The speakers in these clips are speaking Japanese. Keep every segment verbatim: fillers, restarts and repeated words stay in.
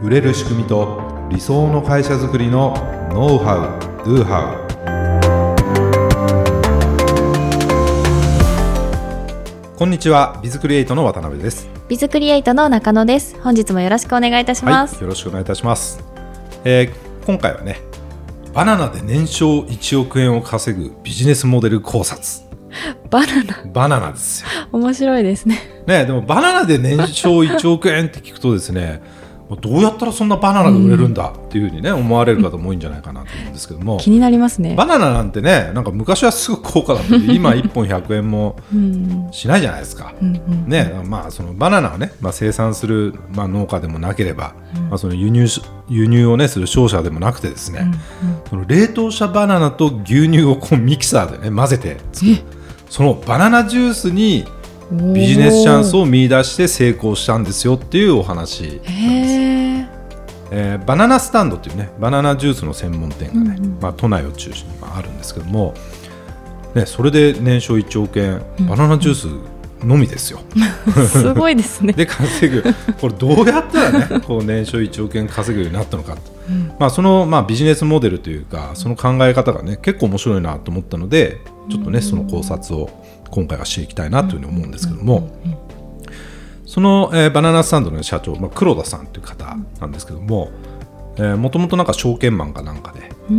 売れる仕組みと理想の会社づくりのノウハウ・ドゥハウ。こんにちは、ビズクリエイトの渡辺です。 ビズクリエイトの中野です。本日もよろしくお願いいたします。 はい、よろしくお願いいたします。えー、今回はね、バナナで年商いちおくえんを稼ぐビジネスモデル考察。 バナナバナナですよ。 面白いですね。 ね、でもバナナで年商いちおくえんって聞くとですね、どうやったらそんなバナナが売れるんだっていうふうにね、思われる方も多いんじゃないかなと思うんですけども、 気になりますね。 バナナなんてね、なんか昔はすぐ高価だったけど今いっぽんひゃくえんもしないじゃないですか。うんうんね、まあ、そのバナナをね、まあ、生産する、まあ、農家でもなければ、うんまあ、その輸入、輸入をねする商社でもなくてですね、うんうん、その冷凍したバナナと牛乳をこうミキサーでね混ぜて作る、そのバナナジュースにビジネスチャンスを見出して成功したんですよっていうお話なんです。えー、バナナスタンドっていうね、バナナジュースの専門店がね、うんうんまあ、都内を中心にあるんですけども、ね、それで年商いちおくえん、うん、バナナジュースのみですよ。 すごいですね。 で稼ぐ、これどうやったらねこう年商いちおくえん稼ぐようになったのかと、うんまあ、その、まあ、ビジネスモデルというかその考え方がね結構面白いなと思ったので、ちょっとねその考察を今回はしていきたいなというふうに思うんですけども、うんうんうんその、えー、バナナスタンドの社長、まあ、黒田さんという方なんですけども、もともとなんか証券マンかなんかで、うん、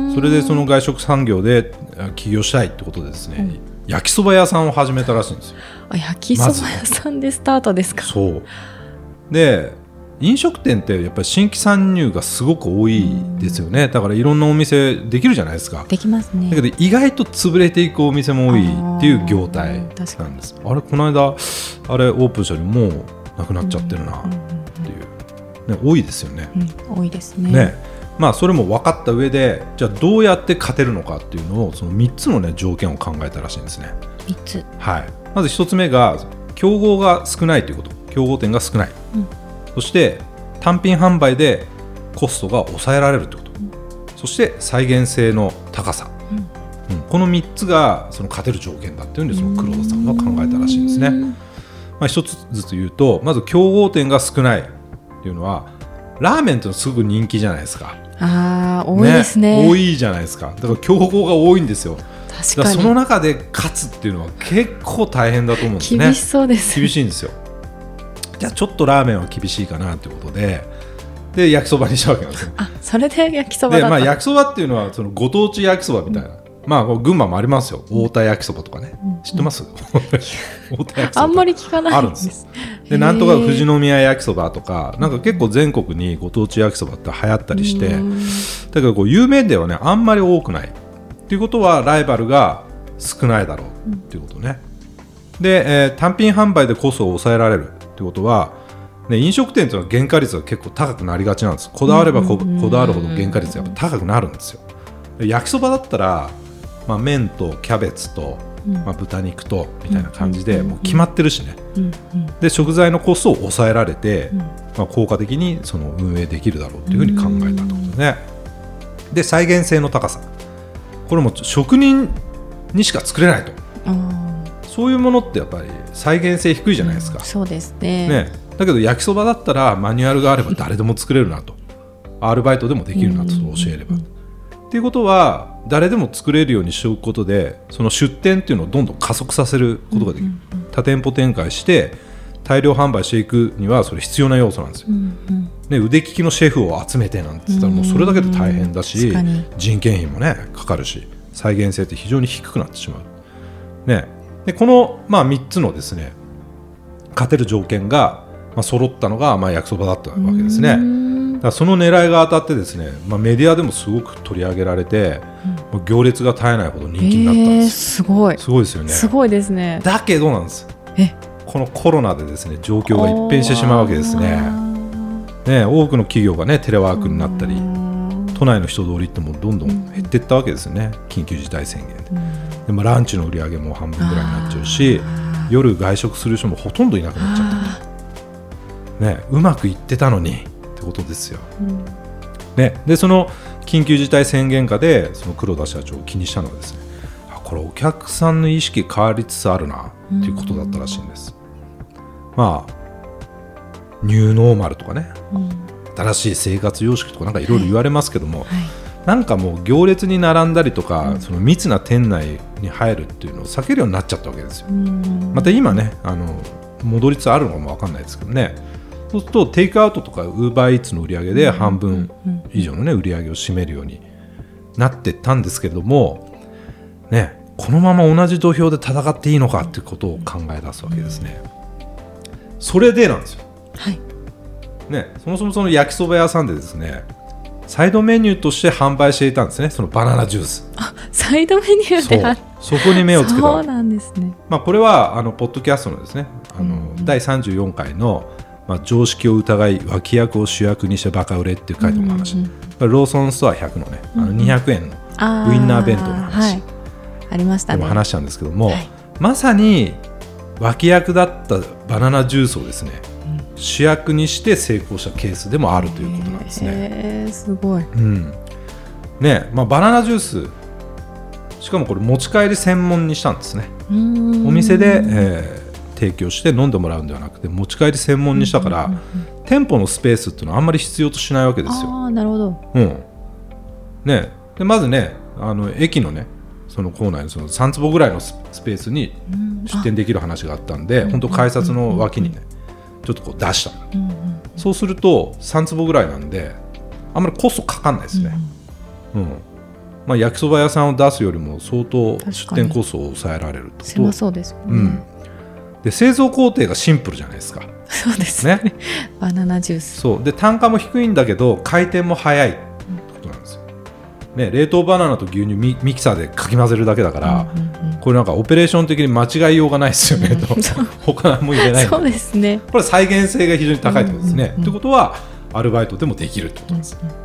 それでその外食産業で起業したいってことでですね、うん、焼きそば屋さんを始めたらしいんですよ。 あ、焼きそば屋さんでスタートですか。 そうで、飲食店ってやっぱり新規参入がすごく多いですよね。だからいろんなお店できるじゃないですか。 できますね。 だけど意外と潰れていくお店も多いっていう業態なんです。 あ, あれこの間あれオープンしたのにもうなくなっちゃってるなっていう、ね、多いですよね、 うん、多いですね。 ね、まあ、それも分かった上でじゃあどうやって勝てるのかっていうのをそのみっつの、ね、条件を考えたらしいんですね。 みっつ、はい、 まずひとつめが競合が少ないということ。競合店が少ない、うん、そして単品販売でコストが抑えられるということ、うん、そして再現性の高さ、うんうん、このみっつがその勝てる条件だっていうのでその黒田さんは考えたらしいんですね。まあ、一つずつ言うと、まず競合店が少ないっていうのはラーメンってすごく人気じゃないですか。 あー、多いですね。 ね、多いじゃないですか。だから競合が多いんですよ。 確かに。 だからその中で勝つっていうのは結構大変だと思うんですね。 厳しそうです。 厳しいんですよ。じゃあちょっとラーメンは厳しいかなということで、で焼きそばにしたわけなんですよ。 あ、それで焼きそばだった。 で、まあ、焼きそばっていうのはそのご当地焼きそばみたいな、うん、まあ群馬もありますよ。太田焼きそばとかね、うん、知ってます？太田焼きそばあんまり聞かないあるんです。で、なんとか富士宮焼きそばとか、なんか結構全国にご当地焼きそばって流行ったりして、だけどこう有名ではねあんまり多くないっていうことはライバルが少ないだろうっていうことね、うん、で、えー、単品販売でコストを抑えられるってことは、ね、飲食店というのは原価率が結構高くなりがちなんです。こだわれば こ, こだわるほど原価率が高くなるんですよ。で焼きそばだったら、まあ、麺とキャベツと、まあ、豚肉とみたいな感じでもう決まってるしね、で食材のコストを抑えられて、まあ、効果的にその運営できるだろうというふうに考えたということで、ね、で再現性の高さ、これも職人にしか作れないと。そういうものってやっぱり再現性低いじゃないですか、 うん、そうです ね, ねだけど焼きそばだったらマニュアルがあれば誰でも作れるなとアルバイトでもできるなと教えれば、うんうん、っていうことは誰でも作れるようにしておくことでその出店っていうのをどんどん加速させることができる、うんうんうん、多店舗展開して大量販売していくにはそれ必要な要素なんですよ、うんうんね、腕利きのシェフを集めてなんて言ったらもうそれだけで大変だし、うんうん、人件費もねかかるし再現性って非常に低くなってしまう、ね、でこの、まあ、みっつのですね勝てる条件が、まあ、揃ったのが、まあ、焼きそばだったわけですね。だからその狙いが当たってですね、まあ、メディアでもすごく取り上げられて、うん、行列が絶えないほど人気になったんです、 えー、すごいすごいですよね。 すごいですね。 だけどなんですえこのコロナでですね状況が一変してしまうわけですね。ね多くの企業が、ね、テレワークになったり都内の人通りってもどんどん減っていったわけですよね、緊急事態宣言で、うん、でもランチの売り上げも半分ぐらいになっちゃうし夜外食する人もほとんどいなくなっちゃったと、ね、うまくいってたのにってことですよ、うんね、でその緊急事態宣言下でその黒田社長を気にしたのはですね、あこれお客さんの意識変わりつつあるなっていうことだったらしいんです、うん、まあニューノーマルとかね、うん、 新しい生活様式とかなんかいろいろ言われますけども、 はいはい、 なんかもう行列に並んだりとか、 うん、 その密な店内に入るっていうのを避けるようになっちゃったわけですよ。 うん、 また今ねあの戻りつつあるのかも分かんないですけどね。そうするとテイクアウトとかウーバーイーツの売り上げで半分以上の、ね、売り上げを占めるようになってったんですけれども、ね、このまま同じ土俵で戦っていいのかということを考え出すわけですね。それでなんですよ、 はいね、そもそもその焼きそば屋さんでですねサイドメニューとして販売していたんですね、そのバナナジュース。 あ、サイドメニューであそ, そこに目をつけた。 そうなんですね。 まあ、これはあのポッドキャストのですねあの、うん、だいさんじゅうよんかいの、まあ、常識を疑い脇役を主役にしてバカ売れっていう回の話、うんうん、ローソンストアひゃくのね、うんうん、あのにひゃくえんのウインナー弁当の話、はい、 ありましたね。 でも話したんですけども、 はい、 まさに脇役だったバナナジュースをですね、うん、主役にして成功したケースでもあるということなんですね。 へー、すごい、 うんねまあ、バナナジュースしかもこれ持ち帰り専門にしたんですね。お店で、えー、提供して飲んでもらうんではなくて持ち帰り専門にしたから、うんうんうん、店舗のスペースっていうのはあんまり必要としないわけですよ。 あ、なるほど、 うんね、でまずねあの駅のねその構内のそのさん坪ぐらいのスペースに出店できる話があったんで、うん、本当改札の脇にね、うん、ちょっとこう出した、うんうん、そうするとさん坪ぐらいなんであんまりコストかかんないですね、うんうんまあ、焼きそば屋さんを出すよりも相当出店コストを抑えられるってこと。 狭そうですよね、 うん、で製造工程がシンプルじゃないですか。 そうですねバナナジュースそうで単価も低いんだけど回転も早いってことなんですよ、うんね、冷凍バナナと牛乳 ミ, ミキサーでかき混ぜるだけだから、うんうんうん、これなんかオペレーション的に間違いようがないですよね、うん、と他何も入れないそうですね。 これ再現性が非常に高いってことですね、うんうんうん、ってことはアルバイトでもできるってことなんです、うんうん、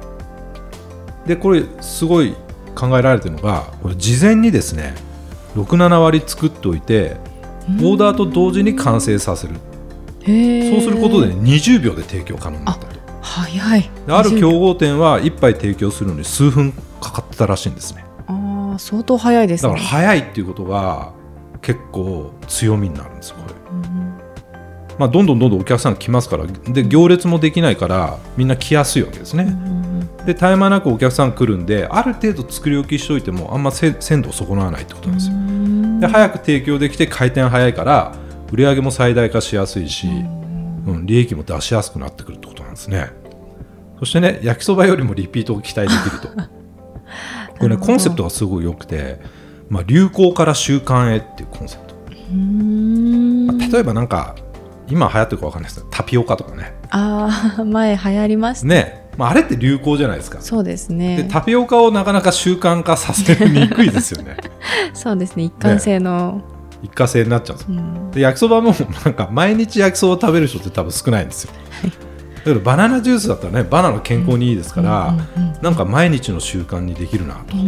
でこれすごい考えられてるのがこれ事前にですねろく、なな割作っておいてオーダーと同時に完成させる。へそうすることでにじゅうびょうで提供可能になったと。 早い。 ある競合店はいっぱい提供するのに数分かかってたらしいんですね。 あ相当早いですね。 だから早いっていうことが結構強みになるんですよこれ、うんまあ、どんどんどんどんお客さんが来ますからで行列もできないからみんな来やすいわけですね、うんで絶え間なくお客さん来るんである程度作り置きしておいてもあんま鮮度を損なわないってことなんですよ。で早く提供できて回転早いから売り上げも最大化しやすいし、うん、利益も出しやすくなってくるってことなんですね。そしてね焼きそばよりもリピートを期待できるとこれねコンセプトがすごい良くて、まあ、流行から習慣へっていうコンセプト。うーん、まあ、例えばなんか今流行ってるか分かんないですけどタピオカとかねあ前流行りましたね、まあ、あれって流行じゃないですか。 そうですね。 でタピオカをなかなか習慣化させにくいですよねそうですね一貫性の、ね、 一過性になっちゃうんですよ、うん、で焼きそばもなんか毎日焼きそばを食べる人って多分少ないんですよ、はい、だけどバナナジュースだったらねバナナ健康にいいですから、うんうんうん、なんか毎日の習慣にできるなと、うんうんうん、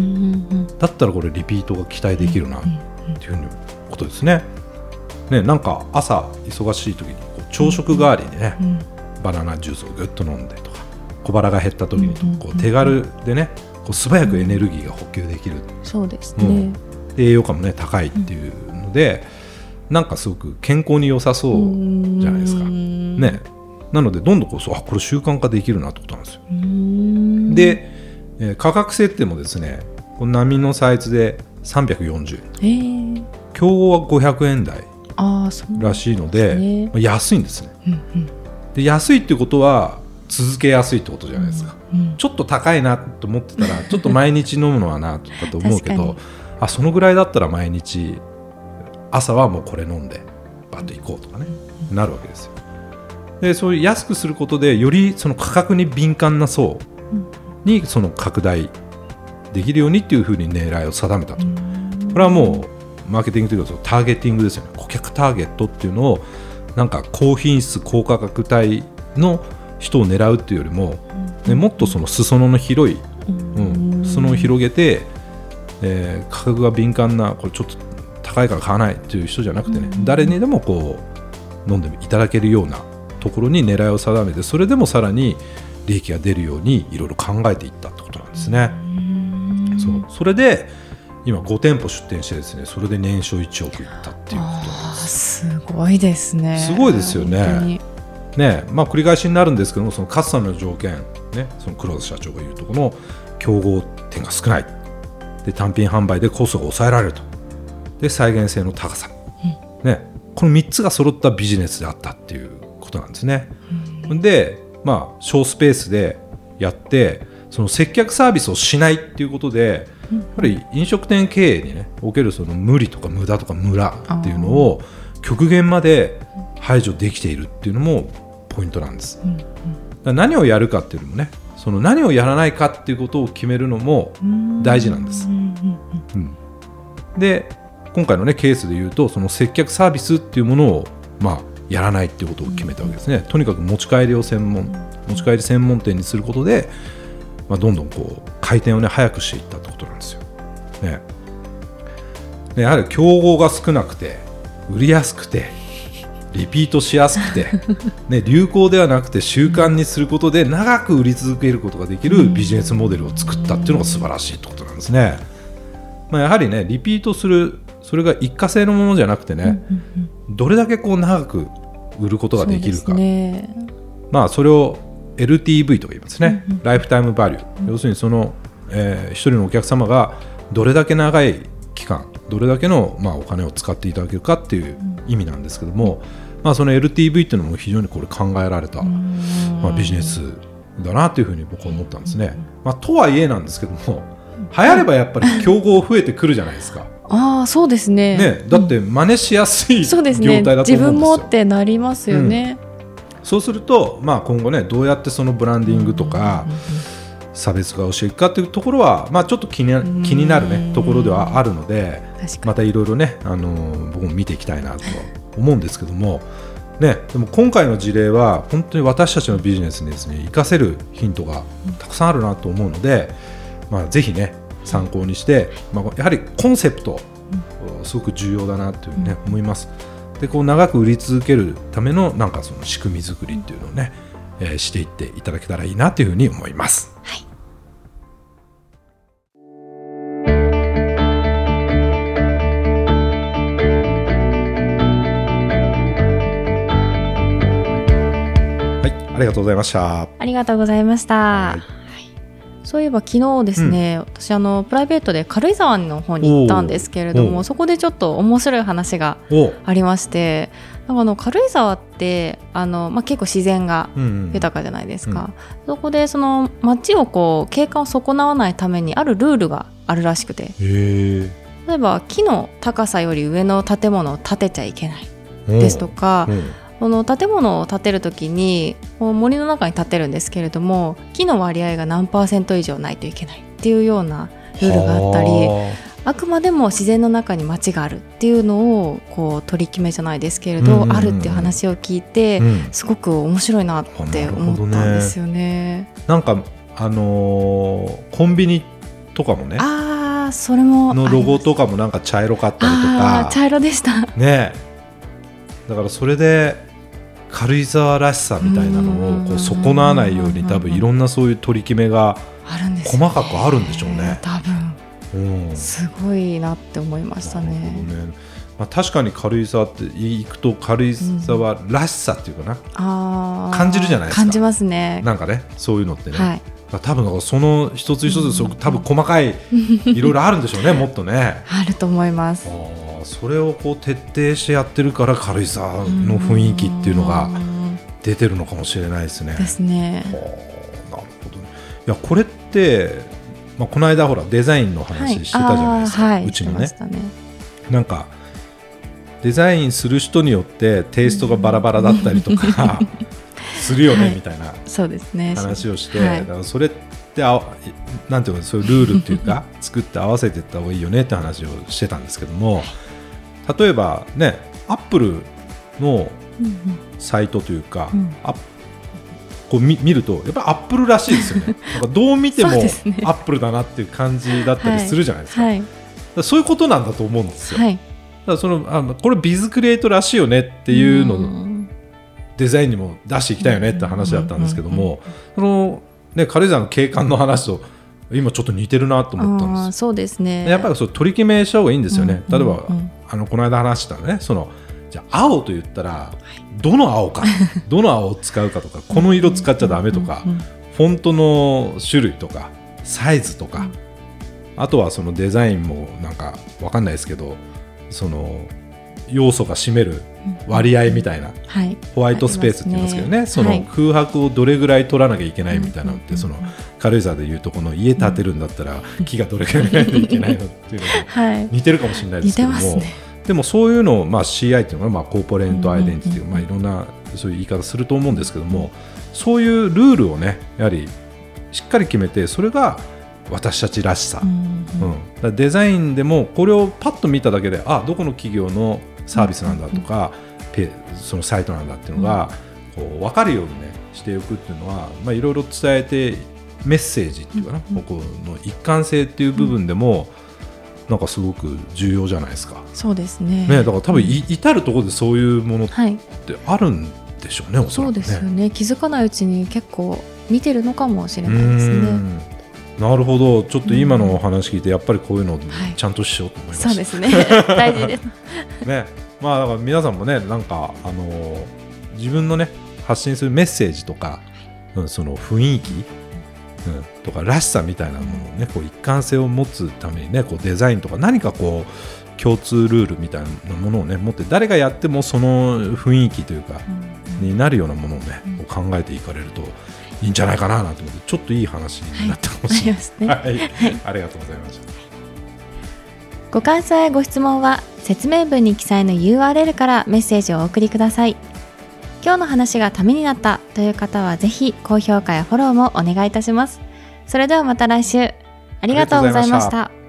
だったらこれリピートが期待できるなっていうことですね。ねなんか朝忙しい時にこう朝食代わりにね、うんうん、バナナジュースをぐっと飲んでとか小腹が減った時にこう手軽でねこう素早くエネルギーが補給できる、うん、 そうですね、 うん、栄養価もね高いっていうので、うん、なんかすごく健康に良さそうじゃないですかね。なのでどんどんこうそうあこれ習慣化できるなってことなんですよ。うーんで、えー、価格設定もですねこの波のサイズでさんびゃくよんじゅうえん、えー、競合はごひゃくえん台らしいの で, で、ねまあ、安いんですね、うんうん、で安いってことは続けやすいってことじゃないですか、うんうん、ちょっと高いなと思ってたらちょっと毎日飲むのはなとかと思うけどあそのぐらいだったら毎日朝はもうこれ飲んでバッと行こうとかね、うん、なるわけですよ。でそういう安くすることでよりその価格に敏感な層にその拡大できるようにっていうふうに狙いを定めたと、うん、これはもうマーケティングというかターゲティングですよね。顧客ターゲットっていうのをなんか高品質高価格帯の人を狙うっていうよりも、うんね、もっとその裾野の広い、うんうん、裾野を広げて、えー、価格が敏感なこれちょっと高いから買わないっていう人じゃなくてね、うん、誰にでもこう飲んでいただけるようなところに狙いを定めてそれでもさらに利益が出るようにいろいろ考えていったってことなんですね、うん、そうそれで今ご店舗出店してですねそれで年商いちおくいったっていうことなんです。 あすごいですね。 すごいですよね。 ねまあ、繰り返しになるんですけども、そのカスタムの条件、ね、その黒田社長が言うところの競合点が少ないで、単品販売でコストが抑えられると、で再現性の高さ、うんね、このみっつが揃ったビジネスであったっていうことなんですね、うん、で、まあ、小スペースでやってその接客サービスをしないっていうことで、うん、やっぱり飲食店経営に、ね、おけるその無理とか無駄とかムラっていうのを極限まで排除できているっていうのもポイントなんです、うんうん、だから何をやるかっていうのもね、その何をやらないかっていうことを決めるのも大事なんです、うんうん、で今回の、ね、ケースでいうとその接客サービスっていうものを、まあ、やらないっていうことを決めたわけですね、うん、とにかく持ち帰りを専門持ち帰り専門店にすることで、まあ、どんどんこう回転を、ね、早くしていったってことなんですよ、ね、でやはり競合が少なくて売りやすくてリピートしやすくて、ね、流行ではなくて習慣にすることで長く売り続けることができるビジネスモデルを作ったっていうのが素晴らしいってことなんですね、まあ、やはりねリピートするそれが一過性のものじゃなくてね、どれだけこう長く売ることができるか、そうですね、まあ、それを エルティーブイ とか言いますね、うんうん、ライフタイムバリュー、うん、要するにその、えー、一人のお客様がどれだけ長い期間どれだけの、まあ、お金を使っていただけるかっていう意味なんですけども、うんまあ、その エルティーブイ っていうのも非常にこれ考えられた、まあ、ビジネスだなというふうに僕は思ったんですね、まあ、とはいえなんですけども流行ればやっぱり競合増えてくるじゃないですか。 ああそうですね。 ね、だって真似しやすい、うん、業態だと思うんですよ。 自分もってなりますよね、 うん、そうすると、まあ、今後ねどうやってそのブランディングとか差別化をしていくかというところは、まあ、ちょっと気にな、気になる、ね、ところではあるので、またいろいろね、あのー、僕も見ていきたいなと思うんですけども、ね、でも今回の事例は本当に私たちのビジネスにですね活かせるヒントがたくさんあるなと思うので、まあ、ぜひね参考にして、まあ、やはりコンセプトすごく重要だなという、ね、思います。でこう長く売り続けるためのなんかその仕組み作りっていうのをね、えー、していっていただけたらいいなというふうに思います。はい、ありがとうございました。 ありがとうございました。はい、そういえば昨日ですね、うん、私あのプライベートで軽井沢の方に行ったんですけれども、そこでちょっと面白い話がありまして、なんかあの軽井沢ってあの、まあ、結構自然が豊かじゃないですか、うんうん、そこでその街をこう景観を損なわないためにあるルールがあるらしくて、 へ例えば木の高さより上の建物を建てちゃいけないですとか、うんうんこの建物を建てるときに森の中に建てるんですけれども木の割合が何パーセント以上ないといけないっていうようなルールがあったり、あくまでも自然の中に街があるっていうのをこう取り決めじゃないですけれど、うんうんうん、あるっていう話を聞いて、うん、すごく面白いなって思ったんですよね。 なんかあのー、コンビニとかもね、 あそれものロゴとかもなんか茶色かったりとか、 あ茶色でしたね。だからそれで軽井沢らしさみたいなのをこう損なわないように多分いろんなそういう取り決めが細かくあるんでしょうね。 多分、うん、すごいなって思いました ね, ね、まあ、確かに軽井沢って行くと軽井沢らしさっていうかな、うん、あ感じるじゃないですか。 感じますね。 なんかねそういうのってね、はい、多分その一つ一つすごく多分細かいいろいろあるんでしょうねもっとねあると思います。 それをこう徹底してやってるから軽井沢の雰囲気っていうのが出てるのかもしれないですね。 ですね。 なるほどね。いやこれって、まあ、この間ほらデザインの話してたじゃないですか、はい、うちも ね, ねなんかデザインする人によってテイストがバラバラだったりとかするよね、はい、みたいな話をして、はい、だからそれってあなんていうかそういうルールっていうか作って合わせていった方がいいよねって話をしてたんですけども、例えばねアップルのサイトというか、うんうん、あこう 見, 見るとやっぱりアップルらしいですよねなんかどう見てもアップルだなっていう感じだったりするじゃないですか、はいはい、だからそういうことなんだと思うんですよ、はい、だからそのあのこれビズクリエイトらしいよねっていうのをデザインにも出していきたいよねって話だったんですけども、そのね、軽井沢の景観の話と今ちょっと似てるなと思ったんです。 あそうですね。 やっぱりそう取り決めした方がいいんですよね、うんうんうん、例えばあのこの間話したねそのじゃあ青と言ったらどの青かどの青を使うかとかこの色使っちゃダメとか、フォントの種類とかサイズとか、あとはそのデザインもなんか分かんないですけど、その要素が占める割合みたいな、 はい、 ホワイトスペースって言いますけどね、その空白をどれぐらい取らなきゃいけないみたいなのって、その軽井沢でいうとこの家建てるんだったら木がどれぐらいないといけないのっていうのと似てるかもしれないですけども、はいね、でもそういうのを、まあ、シーアイ っていうのはまあコーポレートアイデンティティ、まあ、いろんなそういう言い方すると思うんですけども、そういうルールをねやはりしっかり決めて、それが私たちらしさ、うんうん、だからデザインでもこれをパッと見ただけで、あ、どこの企業のサービスなんだとか、うんうん、そのサイトなんだっていうのがこう分かるようにねしておくっていうのは、まあ、いろいろ伝えてメッセージっていうかな、うんうん、ここの一貫性っていう部分でも、うん、なんかすごく重要じゃないですか。 そうですね。 ね、だから多分い、うん、至るところでそういうものってあるんでしょうね、はい、おそらくね。 そうですよね。気づかないうちに結構見てるのかもしれないですね。 なるほど。ちょっと今のお話聞いて、やっぱりこういうのをちゃんとしようと思いました、はい、 そうですね大事ですね。まあだから皆さんもね、なんかあのー、自分のね発信するメッセージとか、うん、その雰囲気、うん、とからしさみたいなものをね、こう一貫性を持つためにね、こうデザインとか何かこう共通ルールみたいなものをね持って、誰がやってもその雰囲気というか、うん、になるようなものをね、うん、考えていかれるといいんじゃないかなと思って、ちょっといい話になったかもしれない、はいはい、ありがとうございました。 ご感想やご質問は説明文に記載の ユーアールエル からメッセージをお送りください。今日の話がためになったという方はぜひ高評価やフォローもお願いいたします。それではまた来週。ありがとうございました。